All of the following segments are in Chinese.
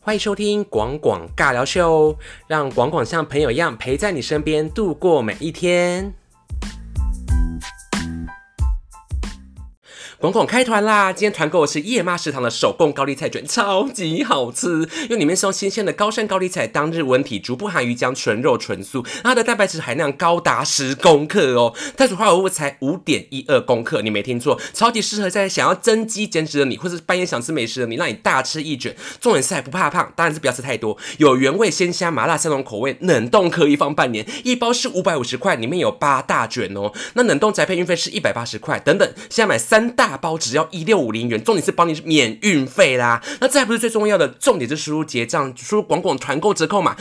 欢迎收听广广尬聊秀，让广广像朋友一样陪在你身边度过每一天。广广开团啦！今天团购的是叶妈食堂的手工高丽菜卷，超级好吃，因为里面是用新鲜的高山高丽菜、当日温体、逐步含鱼浆、纯肉纯素，它的蛋白质含量高达10公克哦，碳水化合物才5.12公克，你没听错，超级适合在想要增肌减脂的你，或是半夜想吃美食的你，让你大吃一卷。重点是还不怕胖，当然是不要吃太多，有原味鲜虾麻辣3种口味，冷冻可以放半年，一包是550块，里面有8大卷哦。那冷冻宅配运费是180块，等等，现在买3大包只要1650元，重点是帮你免运费啦。那这还不是最重要的，重点是输入结账，输入广广团购折扣码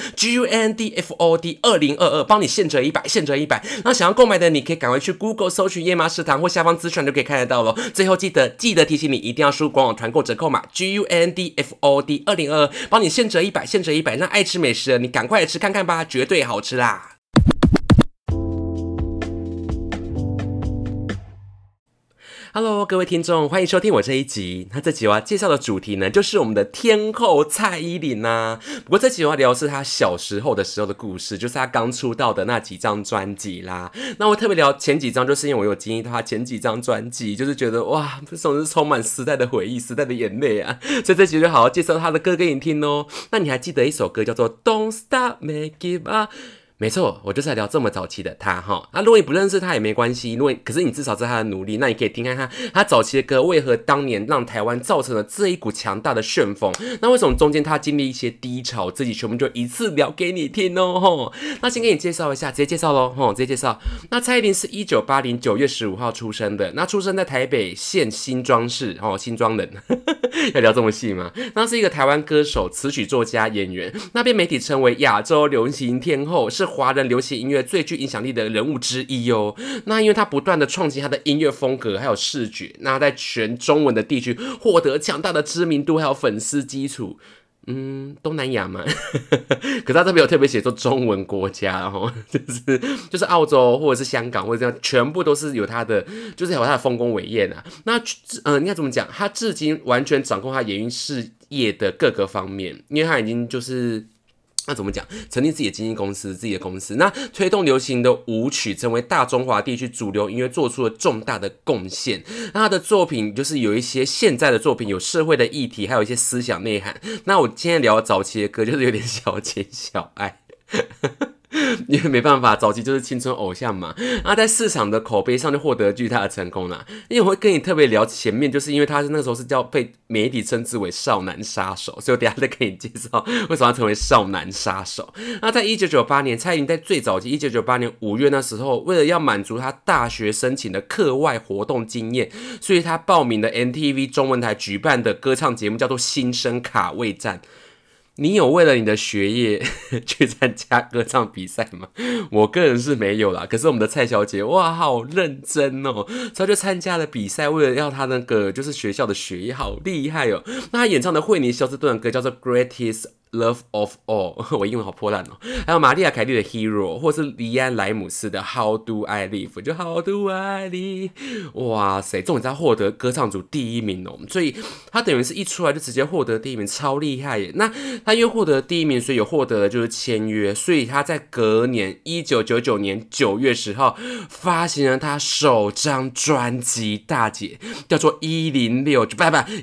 GUNDFOD 2022，帮你现折100，现折100。那想要购买的，你可以赶快去 Google 搜寻叶妈食堂或下方资讯就可以看得到了。最后记得提醒你，一定要输入广广团购折扣码 GUNDFOD 2022，帮你现折100，现折100。那爱吃美食的你赶快来吃看看吧，绝对好吃啦！Hello， 各位听众，欢迎收听我这一集。那这集我要介绍的主题呢，就是我们的天后蔡依林啊。不过这集我要聊的是她小时候的故事，就是她刚出道的那几张专辑啦。那我特别聊前几张，就是因为我有经历到她前几张专辑，就是觉得哇，这种是充满时代的回忆、时代的眼泪啊。所以这集就好好介绍她的歌给你听哦。那你还记得一首歌叫做《Don't Stop Make It Up》？没错，我就是来聊这么早期的他哈。那如果你不认识他也没关系，可是你至少知道他的努力，那你可以听看他早期的歌为何当年让台湾造成了这一股强大的旋风。那为什么中间他经历一些低潮，自己全部就一次聊给你听哦吼。那先给你介绍一下，直接介绍咯吼，直接介绍。那蔡依林是1980年9月15号出生的，那出生在台北县新庄市哦，新庄人要聊这么细吗？那是一个台湾歌手、词曲作家、演员，那被媒体称为亚洲流行天后，是华人流行音乐最具影响力的人物之一哦。那因为他不断的创新他的音乐风格还有视觉，那在全中文的地区获得强大的知名度还有粉丝基础。东南亚嘛，可是他这边有特别写作中文国家哦，就是澳洲或者是香港或者这样，全部都是有他的，就是有他的丰功伟业啊。那应该怎么讲？他至今完全掌控他演艺事业的各个方面，因为他已经就是。那怎么讲？成立自己的经纪公司，自己的公司，那推动流行的舞曲成为大中华地区主流音乐，做出了重大的贡献。那他的作品就是有一些现在的作品有社会的议题，还有一些思想内涵。那我今天聊早期的歌，就是有点小情小爱。因为没办法，早期就是青春偶像嘛，那在市场的口碑上就获得巨大的成功啦。因为我会跟你特别聊前面，就是因为他那个时候是被媒体称之为少男杀手，所以我等一下再跟你介绍为什么要成为少男杀手。那在1998年，蔡依林在最早期1998年5月那时候，为了要满足他大学申请的课外活动经验，所以他报名了 MTV 中文台举办的歌唱节目，叫做新生卡位战。你有为了你的学业去参加歌唱比赛吗？我个人是没有啦，可是我们的蔡小姐哇，好认真哦，她就参加了比赛，为了要她那个就是学校的学业，好厉害哦。那她演唱的惠妮休斯顿的歌叫做 Greatest Love of All， 我英文好破烂哦。还有玛丽亚凯莉的 Hero， 或是黎安莱姆斯的 How Do I Live， 就 How Do I Live， 哇塞，重点是他获得歌唱组第1名哦，所以他等于是一出来就直接获得第1名，超厉害耶。那他因为获得第1名，所以有获得的就是签约，所以他在隔年1999年9月10号发行了他首张专辑大姐，叫做106，不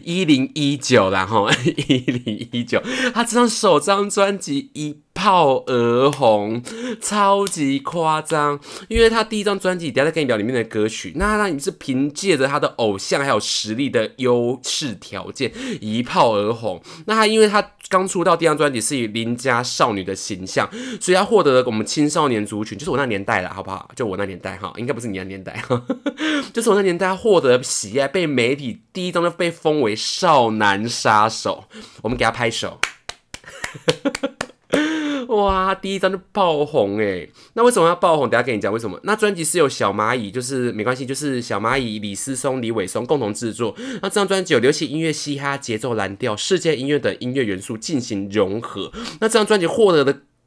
1019啦吼，1019，他这张首张专辑一炮而红，超级夸张。因为他第1张专辑，等一下再跟你聊里面的歌曲，那他是凭借着他的偶像还有实力的优势条件一炮而红。那他因为他刚出道第1张专辑是以邻家少女的形象，所以他获得了我们青少年族群，就是我那年代啦，好不好？就我那年代哈，应该不是你那年代哈，就是我那年代他获得喜爱，被媒体第1张就被封为少男杀手，我们给他拍手。哇，第1张就爆红耶。那为什么要爆红？等一下跟你讲为什么。那专辑是由小蚂蚁，就是没关系，就是小蚂蚁、李思松、李伟松共同制作。那这张专辑有流行音乐、嘻哈、节奏、蓝调、世界音乐等音乐元素进行融合。那这张专辑获得的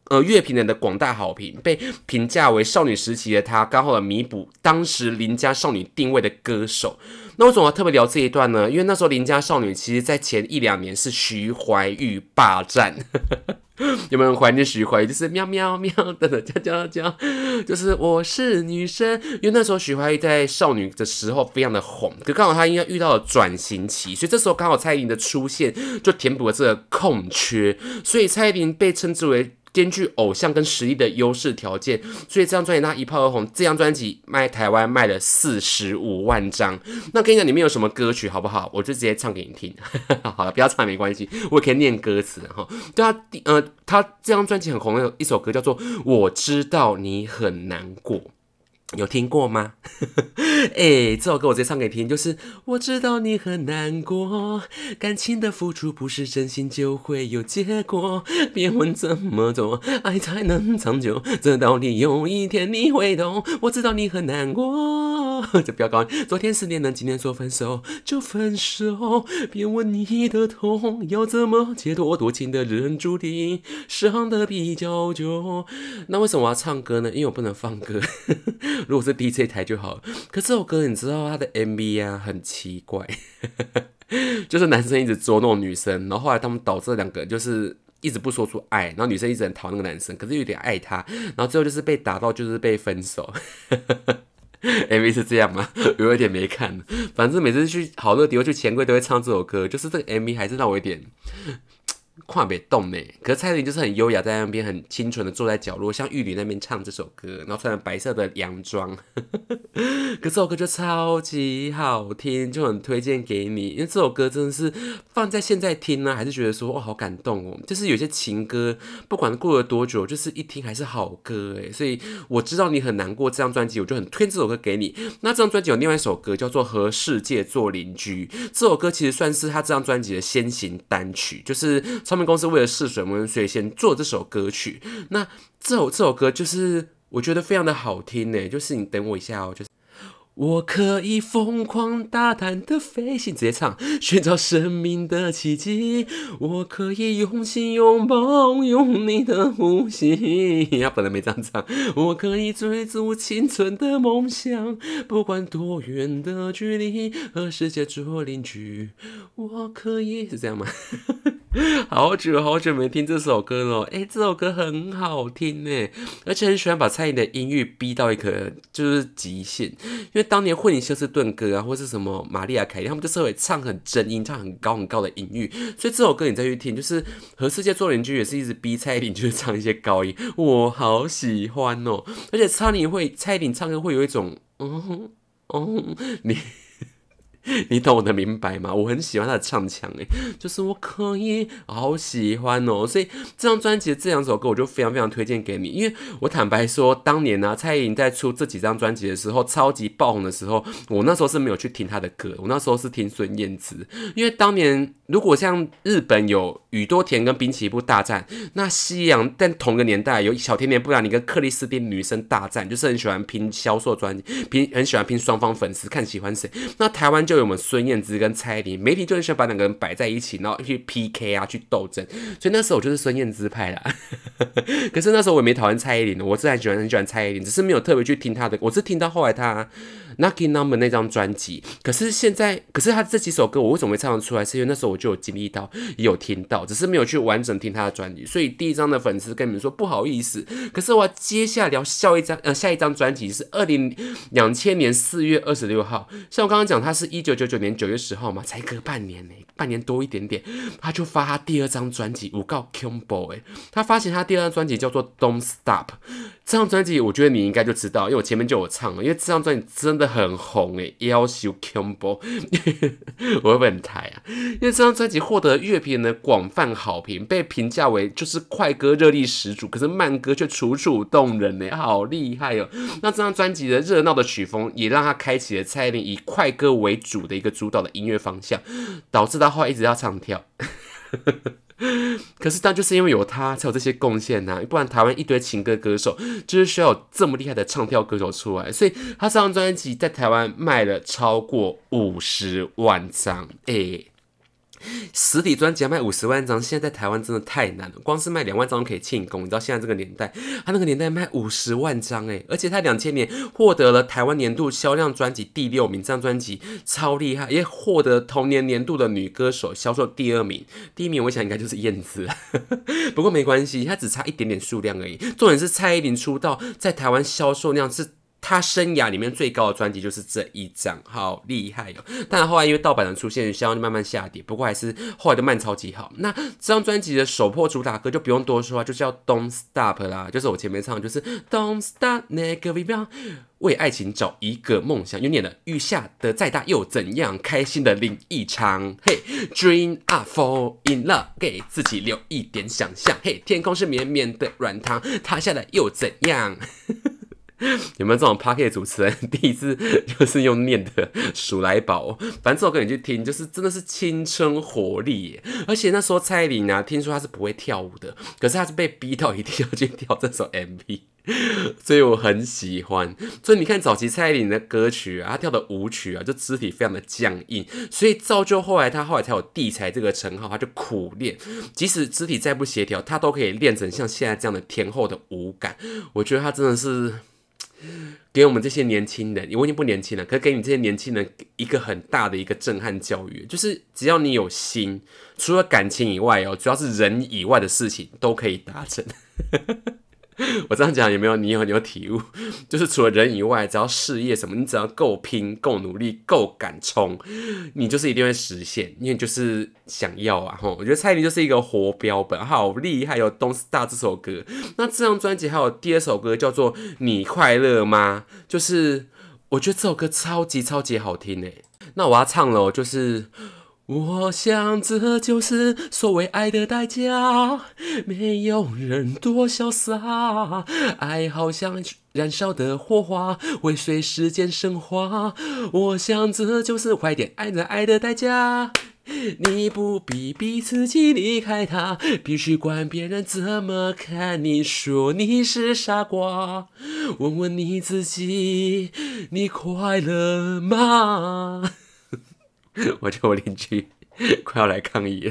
乐评人的广大好评，被评价为少女时期的她刚好的弥补当时邻家少女定位的歌手。那为什么我要特别聊这一段呢？因为那时候邻家少女其实在前1-2年是徐怀钰霸占。有没有人怀念徐怀钰？就是喵喵喵等等叫叫叫，就是我是女生。因为那时候徐怀钰在少女的时候非常的红，可刚好她应该遇到了转型期，所以这时候刚好蔡依林的出现就填补了这个空缺，所以蔡依林被称之为兼具偶像跟实力的优势条件，所以这张专辑它一炮而红。这张专辑台湾卖了45万张。那跟你讲里面有什么歌曲好不好？我就直接唱给你听。好了，不要唱也没关系，我也可以念歌词哈。对啊，他这张专辑很红的一首歌叫做《我知道你很难过》。有听过吗？这首歌我直接唱给你听，就是我知道你很难过，感情的付出不是真心就会有结果，别问怎么做爱才能长久，这道理有一天你会懂，我知道你很难过。这不要高音，昨天失恋了，今天说分手就分手，别问你的痛要怎么解脱，多情的人注定伤得比较久。那为什么我要唱歌呢？因为我不能放歌。如果是 DJ 台就好了。可这首歌你知道它的 MV 啊很奇怪，就是男生一直捉弄女生，然后后来他们导致两个就是一直不说出爱，然后女生一直很讨那个男生，可是有点爱他，然后最后就是被打到就是被分手。MV 是这样吗？我有点没看，反正每次去好乐迪或去钱柜都会唱这首歌，就是这个 MV 还是让我有点看不动呢。可是蔡依林就是很优雅，在那边很清纯的坐在角落，像玉女那边唱这首歌，然后穿着白色的洋装。可这首歌就超级好听，就很推荐给你。因为这首歌真的是放在现在听呢，还是觉得说哇好感动哦。就是有些情歌，不管过了多久，就是一听还是好歌哎。所以我知道你很难过，这张专辑我就很推这首歌给你。那这张专辑有另外一首歌叫做《和世界做邻居》，这首歌其实算是他这张专辑的先行单曲，就是唱片公司为了试水温，所以先做这首歌曲。那这首歌就是我觉得非常的好听呢，就是你等我一下哦，就是我可以疯狂大胆的飞行，直接唱，寻找生命的奇迹。我可以用心拥抱，用你的呼吸。他本来没这样唱。我可以追逐青春的梦想，不管多远的距离，和世界做邻居。我可以是这样吗？好久好久没听这首歌了，这首歌很好听耶，而且很喜欢把蔡依林的音域逼到一个就是极限，因为当年惠妮休斯顿歌啊，或是什么玛丽亚凯莉，他们就是会唱很真音，唱很高很高的音域，所以这首歌你再去听，就是和世界做邻居也是一直逼蔡依林就是唱一些高音，我好喜欢哦，而且蔡依林唱歌会有一种你懂我的明白吗？我很喜欢他的唱腔就是我可以好喜欢哦，所以这张专辑的这两首歌我就非常非常推荐给你，因为我坦白说当年啊蔡依林在出这几张专辑的时候超级爆红的时候，我那时候是没有去听她的歌，我那时候是听孙燕姿，因为当年如果像日本有宇多田跟滨崎步大战，那西洋但同个年代有小甜甜布兰妮跟克里斯汀女生大战，就是很喜欢拼销售专辑，很喜欢拼双方粉丝看喜欢谁，那台湾就有我们孙燕姿跟蔡依林，媒体就很喜欢把两个人摆在一起，然后去 PK 啊，去斗争。所以那时候我就是孙燕姿派啦。可是那时候我也没讨厌蔡依林，我是很喜欢蔡依林，只是没有特别去听她的。我是听到后来她 Lucky Number 那张专辑。可是她这几首歌我为什么会唱得出来？是因为那时候我就有经历到，也有听到，只是没有去完整听她的专辑。所以第一张的粉丝跟你们说不好意思。可是我接下来聊下一张专辑是2000年4月26号，像我刚刚讲，它是1999年9月10号嘛，才隔半年半年多一点点，他就发他第二张专辑，有够恐怖他发行他第二张专辑叫做 Don't Stop， 这张专辑我觉得你应该就知道，因为我前面就有唱了，因为这张专辑真的很红要求恐怖，我会不会很台啊？因为这张专辑获得乐评人的广泛好评，被评价为就是快歌热力十足，可是慢歌却楚楚动人好厉害哦！那这张专辑的热闹的曲风也让他开启了蔡依林以快歌为主的一个主导的音乐方向，导致他后来一直要唱跳。可是但就是因为有他才有这些贡献不然台湾一堆情歌歌手就是需要有这么厉害的唱跳歌手出来，所以他这张专辑在台湾卖了超过50万张实体专辑要卖50万张，现在在台湾真的太难了，光是卖2万张可以庆功。你知道现在这个年代，他那个年代卖50万张而且他2000年获得了台湾年度销量专辑第6名，这张专辑超厉害，也获得同年年度的女歌手销售第2名，第1名我想应该就是燕子不过没关系，他只差一点点数量而已。重点是蔡依林出道在台湾销售量是他生涯里面最高的专辑就是这一张，好厉害哦！但后来因为盗版的出现，销量就慢慢下跌，不过还是后来的卖超级好。那这张专辑的首破主打歌就不用多说，就叫 Don't Stop 啦，就是我前面唱的就是 Don't Stop Never Give Up， 为爱情找一个梦想，又念了雨下的再大又怎样，开心的淋一场，嘿 ，Dream up fall in love， 给自己留一点想象，嘿，天空是绵绵的软糖，塌下来又怎样？有没有这种 Podcast 主持人第一次就是用念的数来宝？反正这首歌你去听，就是真的是青春活力耶！而且那时候蔡依林啊，听说她是不会跳舞的，可是她是被逼到一定要去跳这首 MV， 所以我很喜欢。所以你看早期蔡依林的歌曲啊，她跳的舞曲啊，就肢体非常的僵硬，所以造就后来她才有地才这个称号，她就苦练，即使肢体再不协调，她都可以练成像现在这样的天后的舞感。我觉得她真的是给我们这些年轻人，我已经不年轻了，可是给你这些年轻人一个很大的一个震撼教育，就是只要你有心，除了感情以外主要是人以外的事情都可以达成。我这样讲有没有你有体悟？就是除了人以外，只要事业什么，你只要够拼、够努力、够敢冲，你就是一定会实现，因为就是想要啊！我觉得蔡依林就是一个活标本，好厉害哦！《Don't Stop》这首歌，那这张专辑还有第2首歌叫做《你快乐吗》，就是我觉得这首歌超级超级好听诶。那我要唱了就是。我想这就是所谓爱的代价，没有人多潇洒，爱好像燃烧的火花，会随时间升华。我想这就是快点爱的代价，你不必逼自己离开他，必须管别人怎么看你，说你是傻瓜。问问你自己，你快乐吗？我觉得我邻居快要来抗议了，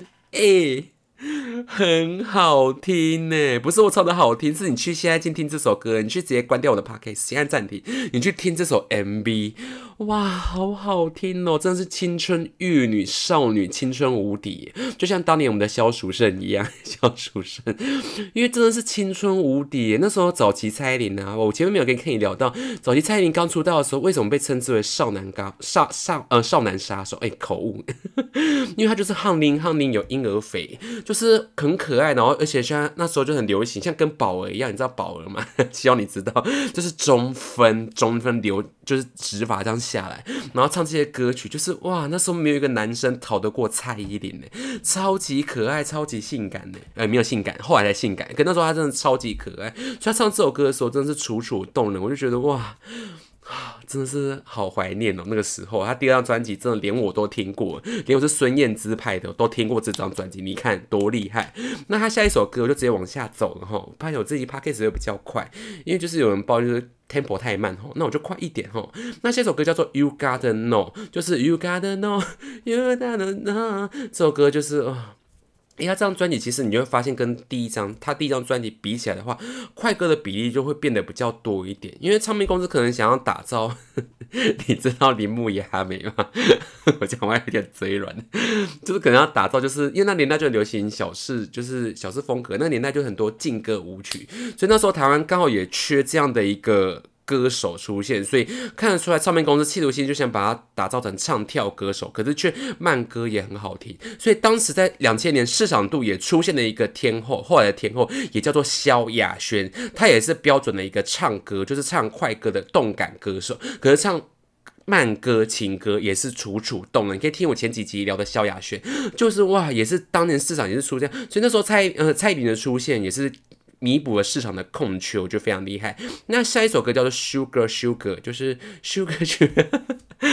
很好听呢，不是我唱的好听，是你去现在进听这首歌，你去直接关掉我的 podcast， 先按暂停，你去听这首 MV， 哇，好好听哦，真的是青春玉女少女，青春无敌，就像当年我们的萧淑慎一样，萧淑慎，因为真的是青春无敌。那时候早期蔡依林啊，我前面没有跟你聊到，早期蔡依林刚出道的时候，为什么被称之为少男杀手？口误，因为他就是憨灵有婴儿肥，就是很可爱，然后而且像那时候就很流行，像跟宝儿一样，你知道宝儿吗？希望你知道，就是中分留，就是直发这样下来，然后唱这些歌曲，就是哇，那时候没有一个男生逃得过蔡依林呢，超级可爱，超级性感呢，没有性感，后来才性感，可那时候他真的超级可爱，所以他唱这首歌的时候真的是楚楚动人，我就觉得哇。真的是好怀念哦！那个时候，他第2张专辑真的连我都听过，连我是孙燕姿派的都听过这张专辑，你看多厉害！那他下一首歌我就直接往下走了哈，发现我自己 podcast 又比较快，因为就是有人抱怨就是 tempo 太慢哈，那我就快一点哈。那下一首歌叫做 You Gotta Know， 就是 You Gotta Know You Gotta Know， 这首歌就是他这张专辑其实你就会发现跟他第一张专辑比起来的话，快歌的比例就会变得比较多一点，因为唱片公司可能想要打造你知道铃木雅美吗？我讲话有点嘴软，就是可能要打造，就是因为那年代就流行就是小式风格，那年代就很多劲歌舞曲，所以那时候台湾刚好也缺这样的一个歌手出现，所以看得出来唱片公司企图心就想把它打造成唱跳歌手，可是却慢歌也很好听，所以当时在2000年市场度也出现了一个天后，后来的天后也叫做萧亚轩，她也是标准的一个唱歌，就是唱快歌的动感歌手，可是唱慢歌情歌也是楚楚动人，你可以听我前几集聊的萧亚轩，就是哇，也是当年市场也是出现，所以那时候蔡依林的出现也是弥补了市场的空缺，我觉得非常厉害。那下一首歌叫做 Sugar， 就是 Sugar，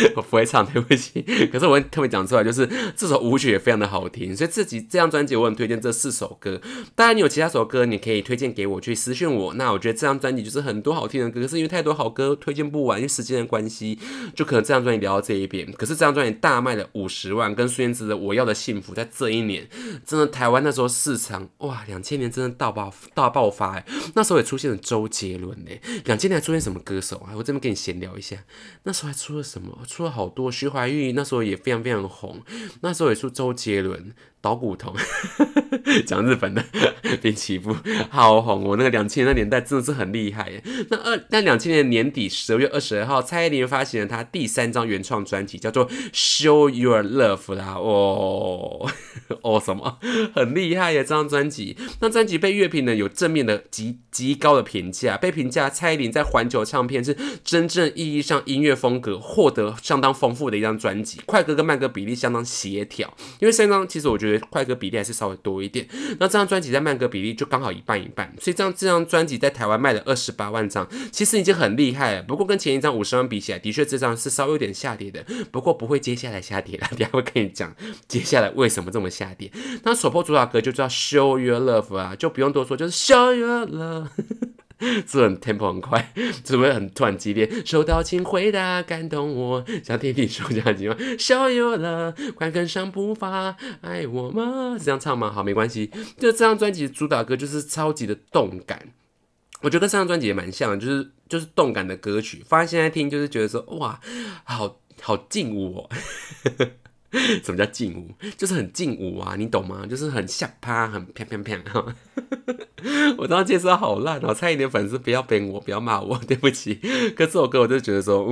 我不会唱，对不起。可是我会特别讲出来，就是这首舞曲也非常的好听，所以这张专辑我很推荐这4首歌。当然，你有其他首歌你可以推荐给我，去私讯我。那我觉得这张专辑就是很多好听的歌，可是因为太多好歌推荐不完，因为时间的关系，就可能这张专辑聊到这一边。可是这张专辑大卖了50万，跟孙燕姿的《我要的幸福》在这一年，真的台湾那时候市场哇，2000年真的大爆发哎，那时候也出现了周杰伦哎，2000年还出现什么歌手啊？我这边跟你闲聊一下，那时候还出了什么？出了好多，徐怀钰那时候也非常非常红，那时候也出周杰伦。岛骨头，讲日本的滨崎步，好红！我那个2000年那年代真的是很厉害耶。那2000年年底12月22号，蔡依林发行了她第3张原创专辑，叫做《Show Your Love》啦。什么很厉害耶！这张专辑，那专辑被乐评呢有正面的极高的评价，被评价蔡依林在环球唱片是真正意义上音乐风格获得相当丰富的一张专辑，快歌跟慢歌比例相当协调。因为3张其实我觉得快歌比例还是稍微多一点，那这张专辑在慢歌比例就刚好一半一半，所以这张专辑在台湾卖了28万张，其实已经很厉害了。不过跟前一张50万比起来，的确这张是稍微有点下跌的，不过不会接下来下跌了，等一下会跟你讲接下来为什么这么下跌。那首播主打歌就叫 Show Your Love 啊，就不用多说，就是 Show Your Love 是很 tempo 很快，是不是很突然激烈？收到请回答，感动我，像天地说这样子吗 ？Show Your Love， 快跟上步伐，爱我吗？是这样唱吗？好，没关系。就这张专辑的主打歌就是超级的动感，我觉得跟上张专辑也蛮像的，就是动感的歌曲。放在现在听，就是觉得说哇，好劲舞哦。什么叫劲舞？就是很劲舞啊，你懂吗？就是很下趴，很啪啪啪。我当时介绍好烂哦，蔡依林粉丝不要编我，不要骂我，对不起。可这首歌我就觉得说，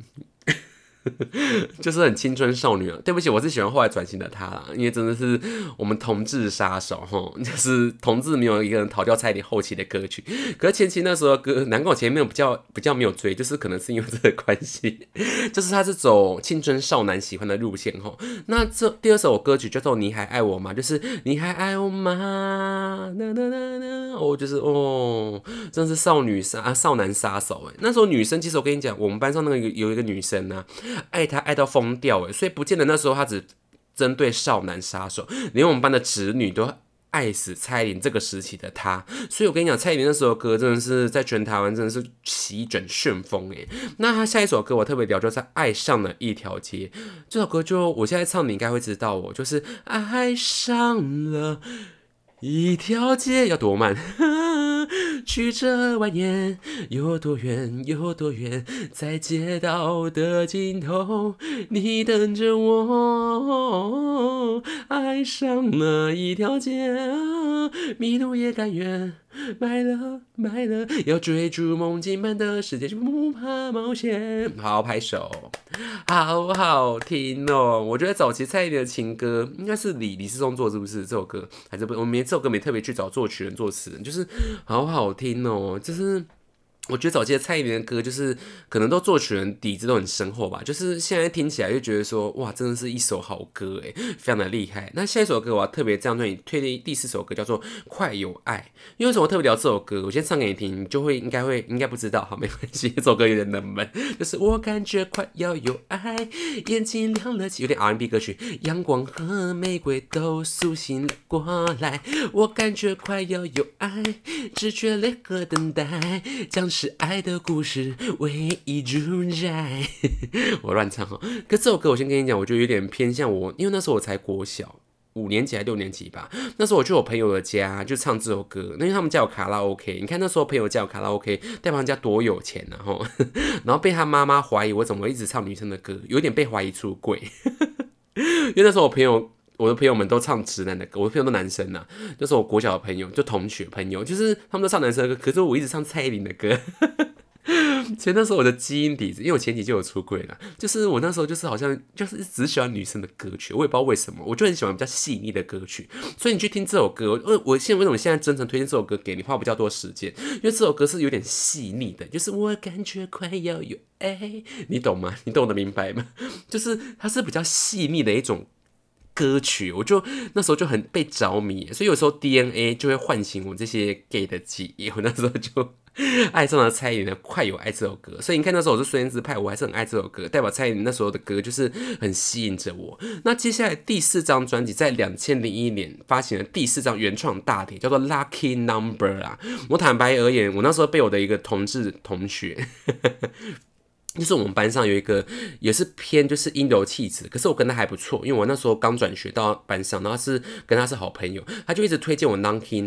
就是很青春少女啊，对不起，我是喜欢后来转型的她啦，因为真的是我们同志杀手齁，就是同志没有一个人逃掉蔡依林后期的歌曲，可是前期那时候的歌，难怪我前面比较没有追，就是可能是因为这个关系，就是他是走青春少男喜欢的路线齁。那这第2首歌曲叫做《你还爱我吗》，就是你还爱我吗？就是真的是少男杀手哎。那时候女生其实我跟你讲，我们班上那个有一个女生啊。爱他爱到疯掉所以不见得那时候他只针对少男杀手，连我们班的侄女都爱死蔡依林这个时期的他。所以我跟你讲，蔡依林那时候歌真的是在全台湾真的是席卷旋风那他下一首歌我特别聊，就是爱上了一条街。这首歌就我现在唱你应该会知道就是爱上了一条街，要多慢？曲折蜿蜒，有多远有多远，在街道的尽头，你等着我。爱上了一条街，迷路也甘愿，买了，要追逐梦境般的世界，就不怕冒险。好，拍手，好好听哦！我觉得早期蔡依林的情歌应该是李世忠做，是不是这首歌？还是不？我们这首歌没特别去找作曲人、作词人，就是好好听哦，就是。我觉得早期的蔡依林的歌，就是可能都作曲人底子都很深厚吧，就是现在听起来就觉得说，哇，真的是一首好歌非常的厉害。那下一首歌我要特别这样对你推荐第4首歌，叫做《快有爱》。因为什么特别聊这首歌？我先唱给你听，你就会应该不知道，好，没关系，这首歌有点冷门，就是我感觉快要有爱，眼睛亮了起，有点 R&B 歌曲，阳光和玫瑰都苏醒了过来，我感觉快要有爱，只缺泪和等待，将是爱的故事唯一主宰。我乱唱可这首歌我先跟你讲，我觉得有点偏向我，因为那时候我才国小5年级还6年级吧，那时候我去我朋友的家就唱这首歌，因为他们家有卡拉 OK， 你看那时候朋友家有卡拉 OK， 代表他家多有钱然后被他妈妈怀疑我怎么一直唱女生的歌，有点被怀疑出柜。因为那时候我的朋友们都唱直男的歌，我的朋友都男生啊，就是我国小的朋友，就同学朋友，就是他们都唱男生的歌，可是我一直唱蔡依林的歌。所以那时候我的基因底子，因为我前期就有出柜了，就是我那时候就是好像就是只喜欢女生的歌曲，我也不知道为什么，我就很喜欢比较细腻的歌曲。所以你去听这首歌，我为什么现在真诚推荐这首歌给你，花比较多时间，因为这首歌是有点细腻的，就是我感觉快要有爱，你懂吗？你懂得明白吗？就是它是比较细腻的一种歌曲，我就那时候就很被着迷，所以有时候 DNA 就会唤醒我这些 gay 的记忆。我那时候就爱上了蔡依林的《快有爱》这首歌，所以你看那时候我是孙燕姿派，我还是很爱这首歌，代表蔡依林那时候的歌就是很吸引着我。那接下来第4张专辑在2001年发行了第4张原创大碟，叫做《Lucky Number》啦。我坦白而言，我那时候被我的一个同志同学。就是我们班上有一个也是偏就是阴柔气质，可是我跟他还不错，因为我那时候刚转学到班上，然后跟他是好朋友，他就一直推荐我《Lucky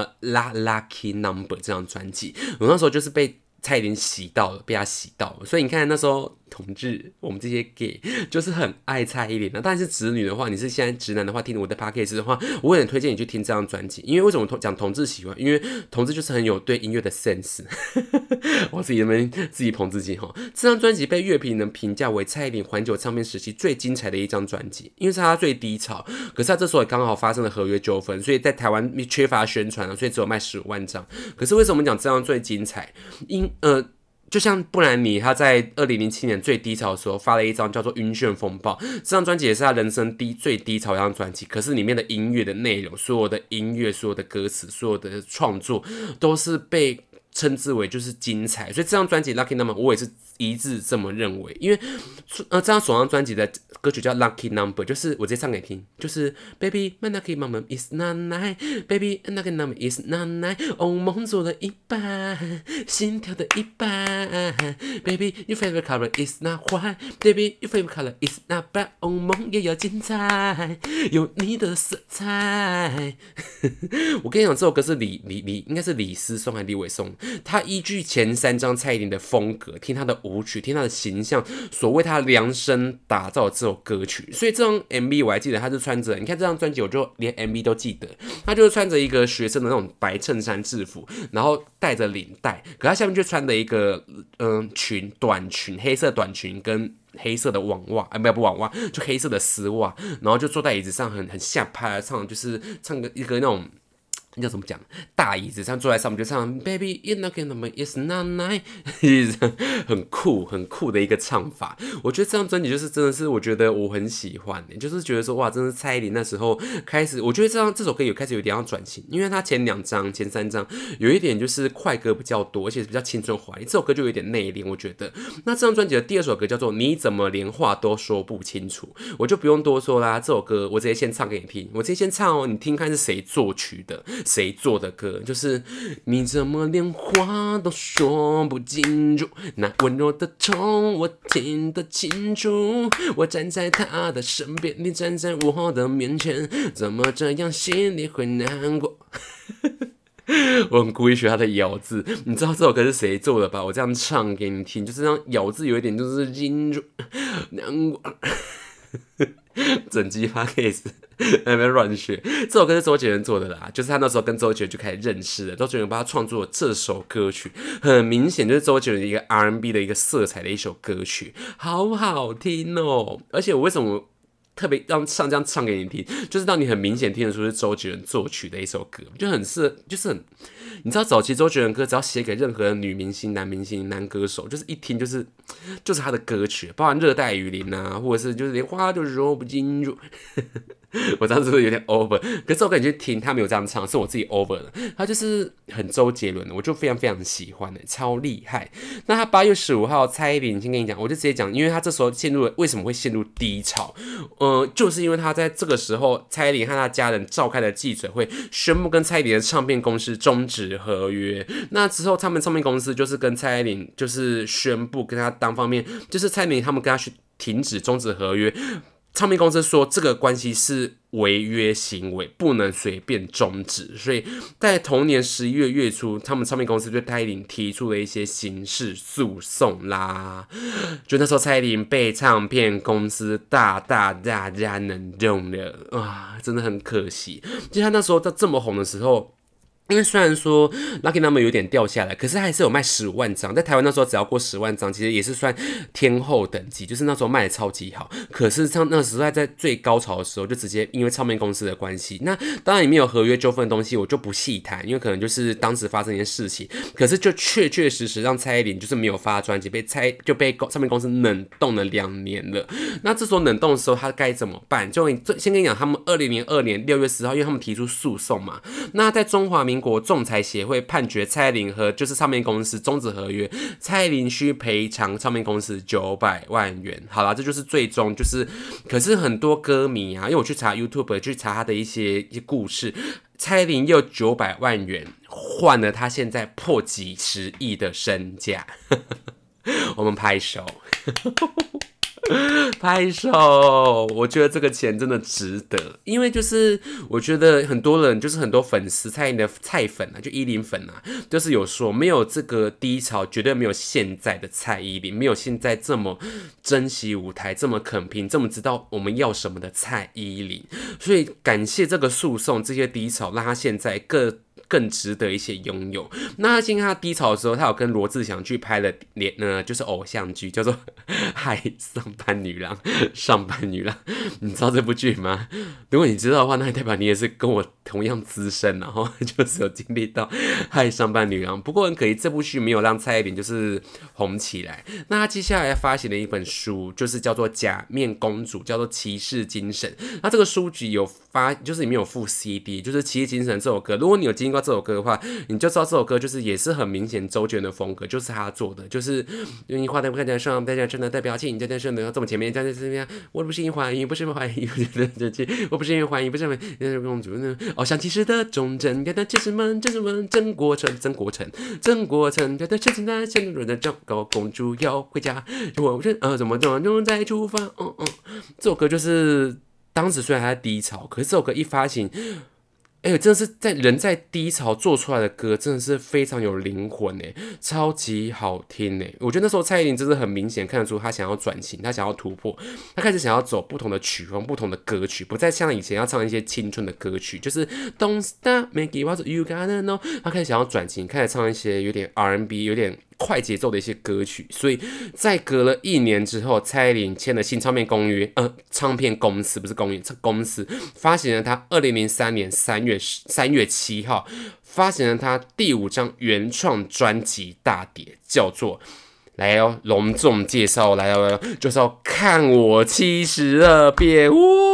Number》这张专辑，我那时候就是被蔡依林洗到了，被他洗到了，所以你看那时候同志，我们这些 gay 就是很爱蔡依林的。但是直女的话，你是现在直男的话，听我的 podcast 的话，我也很推荐你去听这张专辑。因为为什么讲同志喜欢？因为同志就是很有对音乐的 sense。我自己捧自己哈。这张专辑被乐评人评价为蔡依林环球唱片时期最精彩的一张专辑，因为是她最低潮。可是她这时候也刚好发生了合约纠纷，所以在台湾缺乏宣传，所以只有卖15万张。可是为什么讲这张最精彩？就像布兰妮，他在2007年最低潮的时候发了一张叫做《晕眩风暴》，这张专辑也是他人生最低潮的一张专辑。可是里面的音乐的内容，所有的音乐、所有的歌词、所有的创作，都是被称之为就是精彩。所以这张专辑《Lucky Number》我也是一致这么认为，因为这张首张专辑的歌曲叫《Lucky Number》，就是我直接唱给你听，就是 Baby my lucky number is 99 Baby my lucky number is 99， 哦梦做了一半，心跳的一半 Baby your favorite color is not white Baby your favorite color is not black， 哦梦也要精彩，有你的色彩。我跟你讲，这首歌是应该是李思松还是李伟松，他依据前3张蔡依林的风格，听他的舞曲，听他的形象，所为他量身打造的这首歌曲。所以这张 MV 我还记得，他是穿着，你看这张专辑，我就连 MV 都记得，他就是穿着一个学生的那种白衬衫制服，然后带着领带，可他下面就穿着一个短裙，黑色短裙跟黑色的网袜，不网袜，就黑色的丝袜，然后就坐在椅子上很下拍，唱一个那种。那叫怎么讲？大椅子上坐在上面就唱 Baby you're not gonna make it's not nice， 很酷的一个唱法。我觉得这张专辑就是真的是，我觉得我很喜欢，就是觉得说哇，真的是蔡依林那时候开始，我觉得这首歌有开始有点要转型，因为它前3张有一点就是快歌比较多，而且比较青春华丽，这首歌就有点内敛，我觉得。那这张专辑的第2首歌叫做你怎么连话都说不清楚，我就不用多说啦，这首歌我直接先唱给你听，我直接先唱哦，你听看是谁作曲的。谁做的歌？就是你怎么连话都说不清楚，那温柔的痛我听得清楚。我站在他的身边，你站在我的面前，怎么这样心里会难过？我很故意学他的咬字，你知道这首歌是谁做的吧？我这样唱给你听，就是这样咬字有一点就是清楚难过。整集 podcast 在那边乱学，这首歌是周杰伦做的啦，就是他那时候跟周杰伦就开始认识了，周杰伦帮他创作了这首歌曲，很明显就是周杰伦一个 R&B 的一个色彩的一首歌曲，好好听哦！而且我为什么特别让这样唱给你听，就是让你很明显听得出是周杰伦作曲的一首歌，就很适合，就是很，你知道早期周杰伦歌只要写给任何女明星、男明星、男歌手，就是一听就是他的歌曲，包含热带雨林啊，或者是就是连花都说不清楚。我这样是不是有点 over？ 可是我感觉听他没有这样唱，是我自己 over 的。他就是很周杰伦的，我就非常非常喜欢的，超厉害。那他8月15号，蔡依林先跟你讲，我就直接讲，因为他这时候为什么会陷入低潮？就是因为他在这个时候，蔡依林和他家人召开了记者会，宣布跟蔡依林的唱片公司终止合约。那之后，他们唱片公司就是跟蔡依林就是宣布跟他单方面，就是蔡依林他们跟他停止终止合约。唱片公司说这个关系是违约行为，不能随便终止，所以在同年11月月初，他们唱片公司对蔡依林提出了一些刑事诉讼啦。就那时候蔡依林被唱片公司大能用了啊，真的很可惜。就他那时候在这么红的时候。因为虽然说 Lucky Number 有点掉下来，可是还是有卖15万张，在台湾那时候只要过10万张，其实也是算天后等级，就是那时候卖的超级好。可是那时候在最高潮的时候，就直接因为唱片公司的关系，那当然里面有合约纠纷的东西，我就不细谈，因为可能就是当时发生一件事情。可是就确实让蔡依林就是没有发专辑，被唱片公司冷冻了2年了。那这时候冷冻的时候，他该怎么办？就先跟你讲，他们2002年6月10号，因为他们提出诉讼嘛，那在中华民英国仲裁协会判决蔡依林和就是唱片公司终止合约，蔡依林需赔偿唱片公司900万元。好啦，这就是最终就是，可是很多歌迷啊，因为我去查 YouTube 去查他的一些故事，蔡依林又900万元换了他现在破几十亿的身价，我们拍手。拍手！我觉得这个钱真的值得，因为就是我觉得很多人就是很多粉丝蔡依林的菜粉啊，就依林粉啊，就是有说没有这个低潮，绝对没有现在的蔡依林，没有现在这么珍惜舞台，这么肯拼，这么知道我们要什么的蔡依林。所以感谢这个诉讼，这些低潮让他现在更值得一些拥有。那他现在他低潮的时候，他有跟罗志祥去拍了就是偶像剧，叫做《嗨上班女郎》。上班女郎，你知道这部剧吗？如果你知道的话，那代表你也是跟我同样资深，然后就是有经历到《嗨上班女郎》。不过很可惜，这部剧没有让蔡依林就是红起来。那他接下来发行了一本书，就是叫做《假面公主》，叫做《骑士精神》。那这个书籍有就是里面有附 CD， 就是《骑士精神》这首歌。如果你有经过这首歌的话，你就知道这首歌就是也是很明显周杰伦的风格，就是他做的，就是用樱花在不看起来上，大家真的代表情，在这么前面，在这边，我不是樱花雨，不是花雨，我不是樱花雨，不是公主，偶像骑士的忠贞，给他这是们，曾国成，给他这是那现在的高公主要回家，我怎么再出发，这首歌就是当时虽然还在低潮，可是这首歌一发行。真的是人在低潮做出来的歌，真的是非常有灵魂诶，超级好听诶。我觉得那时候蔡依林真的很明显看得出她想要转型，她想要突破，她开始想要走不同的曲风、不同的歌曲，不再像以前要唱一些青春的歌曲，就是 Don't Stop Make It What You Gotta Know。她开始想要转型，开始唱一些有点 R&B、有点快节奏的一些歌曲，所以在隔了1年之后，蔡依林签了新唱片公约，唱片公司不是公约，公司发行了她2003年3月7号发行了她第5张原创专辑大碟，叫做来哦，隆重介绍来哦，就是要看我72遍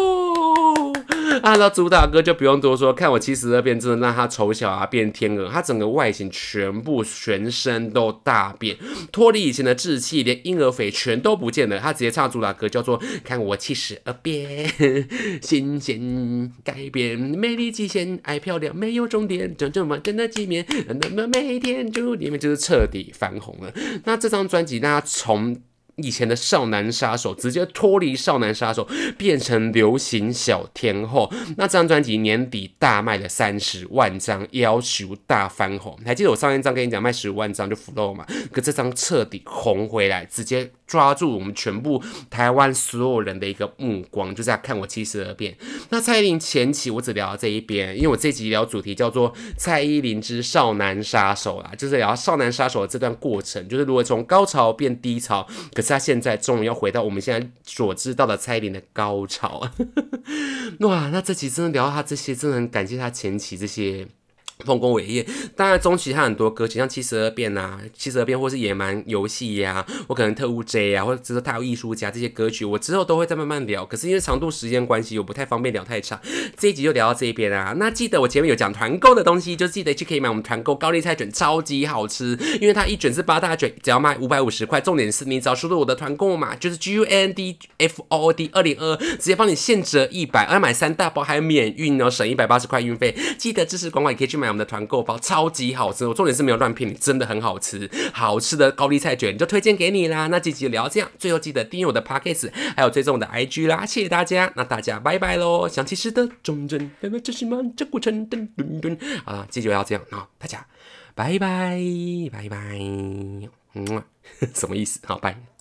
那主打歌就不用多说，看我72遍真的让他丑小鸭变天鹅，他整个外形全身都大变，脱离以前的稚气，连婴儿肥全都不见了。他直接唱主打歌叫做看我72遍，新鲜改变，美丽极限，爱漂亮没有终点，这么真的几面，那么每天就里面就是彻底翻红了。那这张专辑让他从以前的少男杀手直接脱离少男杀手，变成流行小天后。那这张专辑年底大卖了30万张，要求大翻红。还记得我上一张跟你讲卖15万张就 flow 嘛？可这张彻底红回来，直接抓住我们全部台湾所有人的一个目光，就是要看我72遍。那蔡依林前期我只聊到这一边，因为我这集聊主题叫做蔡依林之少男杀手啦，就是聊少男杀手的这段过程，就是如何从高潮变低潮。可是他现在终于要回到我们现在所知道的蔡依林的高潮。哇，那这期真的聊到他这些，真的很感谢他前期这些丰功伟业。当然中期他很多歌曲像72遍啊72遍或是野蛮游戏呀，或可能特务 J 啊，或者是他有艺术家这些歌曲，我之后都会再慢慢聊。可是因为长度时间关系，我不太方便聊太长，这一集就聊到这一边啊。那记得我前面有讲团购的东西，就记得去可以买我们团购高丽菜卷，超级好吃，因为它一卷是8大卷，只要卖550块。重点是你只要输入我的团购码，就是 GUNDFOOD 2022，直接帮你现折100，而买3大包还有免运哦，省180块运费。记得支持广告，也可以去买我们的团购包，超级好吃。我重点是没有乱骗你，真的很好吃，好吃的高丽菜卷就推荐给你啦。那这集聊这样，最后记得订阅我的 Podcast， 还有追踪我的 IG 啦，谢谢大家。那大家拜拜咯，想骑士的忠贞，这是吗？这过程噔噔噔啊，这集就要这样啊，大家拜拜拜拜，什么意思？好拜。